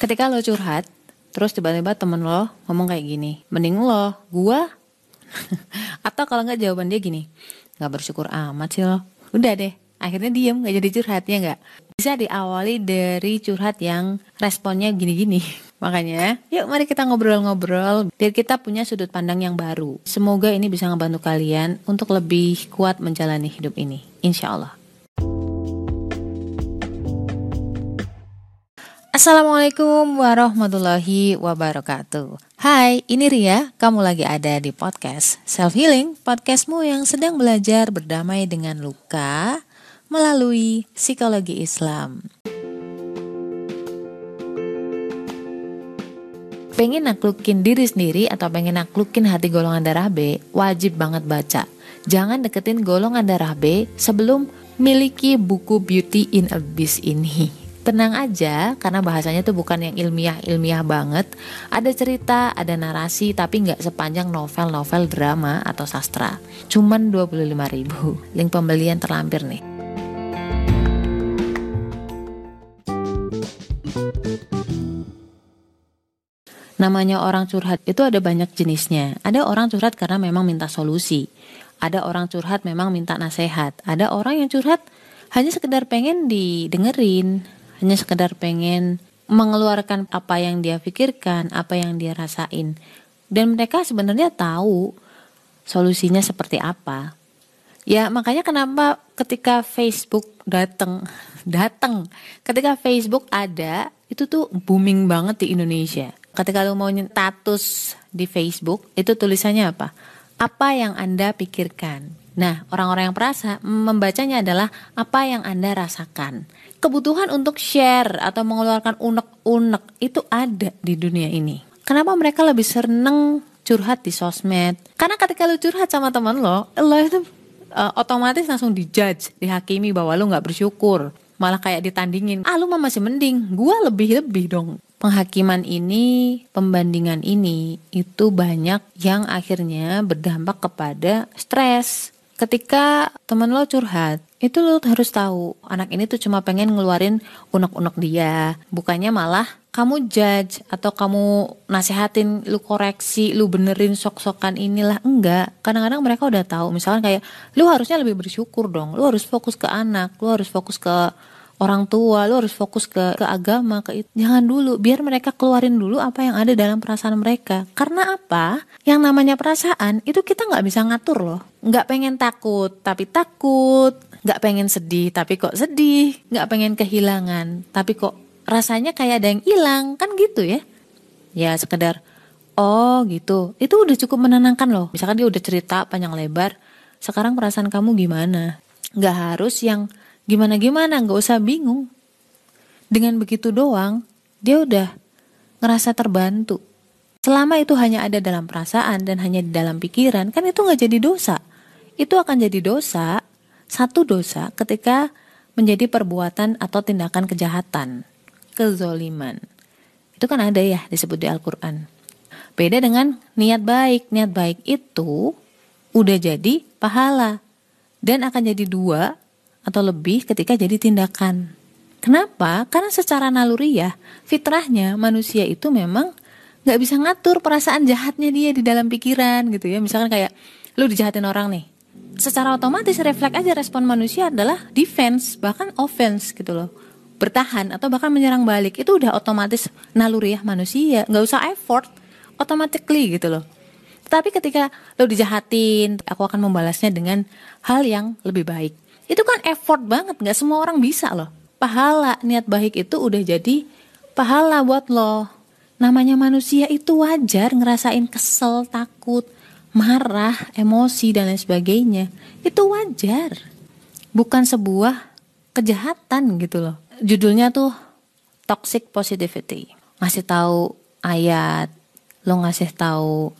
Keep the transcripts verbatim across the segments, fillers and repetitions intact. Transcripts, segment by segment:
Ketika lo curhat, terus tiba-tiba temen lo ngomong kayak gini, mending lo, gua, atau kalau nggak jawaban dia gini, nggak bersyukur amat sih lo, udah deh, akhirnya diem, nggak jadi curhat, ya nggak? Bisa diawali dari curhat yang responnya gini-gini. Makanya, yuk mari kita ngobrol-ngobrol biar kita punya sudut pandang yang baru. Semoga ini bisa ngebantu kalian untuk lebih kuat menjalani hidup ini, insya Allah. Assalamualaikum warahmatullahi wabarakatuh. Hai, ini Ria, kamu lagi ada di podcast Self Healing, podcastmu yang sedang belajar berdamai dengan luka melalui psikologi Islam. Pengen naklukin diri sendiri atau pengen naklukin hati golongan darah B, wajib banget baca. Jangan deketin golongan darah B sebelum miliki buku Beauty in Abyss ini. Tenang aja, karena bahasanya tuh bukan yang ilmiah-ilmiah banget. Ada cerita, ada narasi, tapi gak sepanjang novel-novel drama atau sastra. Cuman dua puluh lima ribu. Link pembelian terlampir nih. Namanya orang curhat itu ada banyak jenisnya. Ada orang curhat karena memang minta solusi. Ada orang curhat memang minta nasihat. Ada orang yang curhat hanya sekedar pengen didengerin, hanya sekedar pengen mengeluarkan apa yang dia pikirkan, apa yang dia rasain. Dan mereka sebenarnya tahu solusinya seperti apa. Ya makanya kenapa ketika Facebook datang, datang, ketika Facebook ada, itu tuh booming banget di Indonesia. Ketika lu mau status di Facebook, itu tulisannya apa? Apa yang Anda pikirkan. Nah, orang-orang yang perasa membacanya adalah apa yang Anda rasakan. Kebutuhan untuk share atau mengeluarkan unek-unek itu ada di dunia ini. Kenapa mereka lebih seneng curhat di sosmed? Karena ketika lu curhat sama teman lo, lo itu uh, otomatis langsung dijudge, dihakimi bahwa lu gak bersyukur. Malah kayak ditandingin, ah lu mah masih mending, gua lebih-lebih dong. Penghakiman ini, pembandingan ini, itu banyak yang akhirnya berdampak kepada stres. Ketika teman lo curhat, itu lo harus tahu anak ini tuh cuma pengen ngeluarin unek-unek dia, bukannya malah kamu judge atau kamu nasehatin, lu koreksi, lu benerin sok-sokan inilah. Enggak, kadang-kadang mereka udah tahu. Misalkan kayak lu harusnya lebih bersyukur dong, lu harus fokus ke anak, lu harus fokus ke orang tua, lu harus fokus ke, ke agama, ke itu. Jangan dulu, biar mereka keluarin dulu apa yang ada dalam perasaan mereka. Karena apa? Yang namanya perasaan itu kita gak bisa ngatur loh. Gak pengen takut tapi takut, gak pengen sedih tapi kok sedih, gak pengen kehilangan tapi kok rasanya kayak ada yang hilang, kan gitu ya. Ya sekedar oh gitu, itu udah cukup menenangkan loh. Misalkan dia udah cerita panjang lebar, sekarang perasaan kamu gimana? Gak harus yang gimana-gimana, gak usah bingung. Dengan begitu doang, dia udah ngerasa terbantu. Selama itu hanya ada dalam perasaan dan hanya di dalam pikiran, kan itu gak jadi dosa. Itu akan jadi dosa, satu dosa ketika menjadi perbuatan atau tindakan kejahatan, kezoliman. Itu kan ada ya disebut di Al-Quran. Beda dengan niat baik. Niat baik itu udah jadi pahala dan akan jadi dua atau lebih ketika jadi tindakan. Kenapa? Karena secara naluriah, fitrahnya manusia itu memang gak bisa ngatur perasaan jahatnya dia di dalam pikiran gitu ya. Misalkan kayak lu dijahatin orang nih, secara otomatis refleks aja respon manusia adalah defense, bahkan offense gitu loh, bertahan atau bahkan menyerang balik. Itu udah otomatis naluriah manusia, gak usah effort, automatically gitu loh. Tapi ketika lu dijahatin, aku akan membalasnya dengan hal yang lebih baik. Itu kan effort banget, gak semua orang bisa loh. Pahala, niat baik itu udah jadi pahala buat lo. Namanya manusia itu wajar ngerasain kesel, takut, marah, emosi dan lain sebagainya. Itu wajar. Bukan sebuah kejahatan gitu loh. Judulnya tuh Toxic Positivity. Ngasih tahu ayat, lo ngasih tahu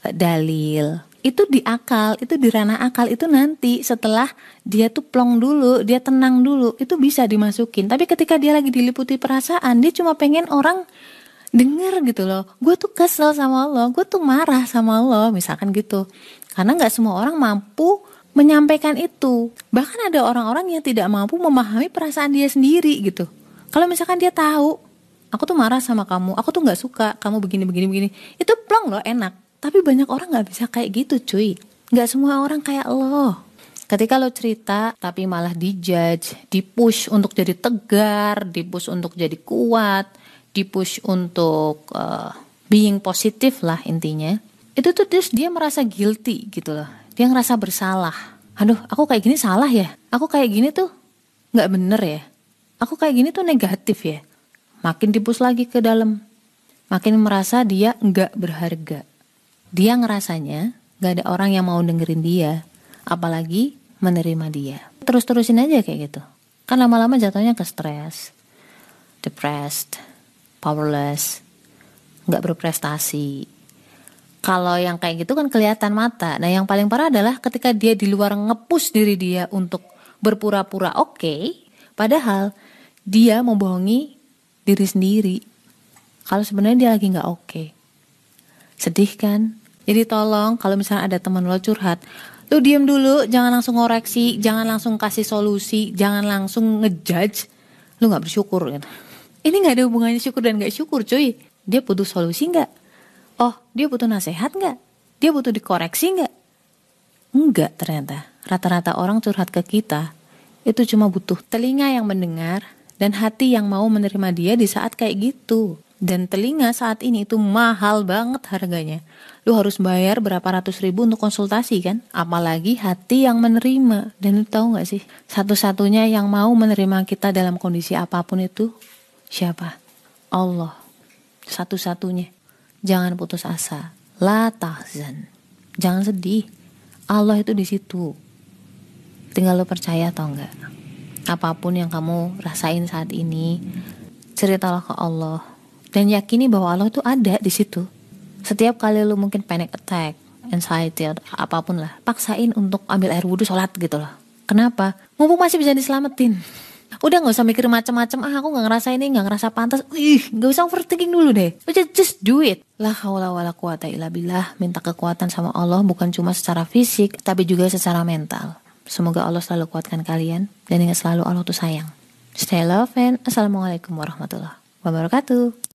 dalil. Itu di akal, itu di ranah akal, itu nanti setelah dia tuh plong dulu, dia tenang dulu, itu bisa dimasukin. Tapi ketika dia lagi diliputi perasaan, dia cuma pengen orang denger gitu loh. Gue tuh kesel sama lo, gue tuh marah sama lo, misalkan gitu. Karena gak semua orang mampu menyampaikan itu. Bahkan ada orang-orang yang tidak mampu memahami perasaan dia sendiri gitu. Kalau misalkan dia tahu aku tuh marah sama kamu, aku tuh nggak suka kamu begini begini begini. Itu plong loh, enak. Tapi banyak orang nggak bisa kayak gitu cuy. Nggak semua orang kayak lo. Ketika lo cerita tapi malah dijudge, dipush untuk jadi tegar, dipush untuk jadi kuat, dipush untuk uh, being positif lah intinya. Itu tuh terus dia merasa guilty gitu loh. Dia ngerasa bersalah. Aduh, aku kayak gini salah ya. Aku kayak gini tuh nggak bener ya. Aku kayak gini tuh negatif ya. Makin dipush lagi ke dalam. Makin merasa dia nggak berharga. Dia ngerasanya nggak ada orang yang mau dengerin dia. Apalagi menerima dia. Terus-terusin aja kayak gitu. Kan lama-lama jatuhnya ke stres, depressed, powerless, nggak berprestasi. Kalau yang kayak gitu kan kelihatan mata. Nah yang paling parah adalah ketika dia di luar nge-push diri dia untuk berpura-pura oke, okay, padahal dia membohongi diri sendiri. Kalau sebenarnya dia lagi nggak oke. Okay. Sedih kan? Jadi tolong kalau misalnya ada teman lo curhat, lu diem dulu, jangan langsung ngoreksi, jangan langsung kasih solusi, jangan langsung ngejudge. Lu gak bersyukur gitu. Ini gak ada hubungannya syukur dan gak syukur cuy. Dia butuh solusi gak? Oh, dia butuh nasihat gak? Dia butuh dikoreksi gak? Enggak ternyata. Rata-rata orang curhat ke kita itu cuma butuh telinga yang mendengar dan hati yang mau menerima dia di saat kayak gitu. Dan telinga saat ini itu mahal banget harganya. Lu harus bayar berapa ratus ribu untuk konsultasi kan? Apalagi hati yang menerima. Dan lu tahu gak sih, satu-satunya yang mau menerima kita dalam kondisi apapun itu siapa? Allah. Satu-satunya. Jangan putus asa. La tahzan. Jangan sedih. Allah itu di situ. Tinggal lu percaya atau enggak. Apapun yang kamu rasain saat ini, ceritalah ke Allah. Dan yakini bahwa Allah itu ada di situ. Setiap kali lu mungkin panic attack, anxiety, atau apapun lah, paksain untuk ambil air wudhu, sholat gitu loh. Kenapa? Mumpung masih bisa diselamatin. Udah gak usah mikir macam-macam. Ah aku gak ngerasa ini, gak ngerasa pantas. Ih, gak usah overthinking dulu deh. Just, just do it. La haula wala quwata illa billah. Minta kekuatan sama Allah bukan cuma secara fisik, tapi juga secara mental. Semoga Allah selalu kuatkan kalian. Dan ingat selalu Allah tuh sayang. Stay love and assalamualaikum warahmatullahi wabarakatuh.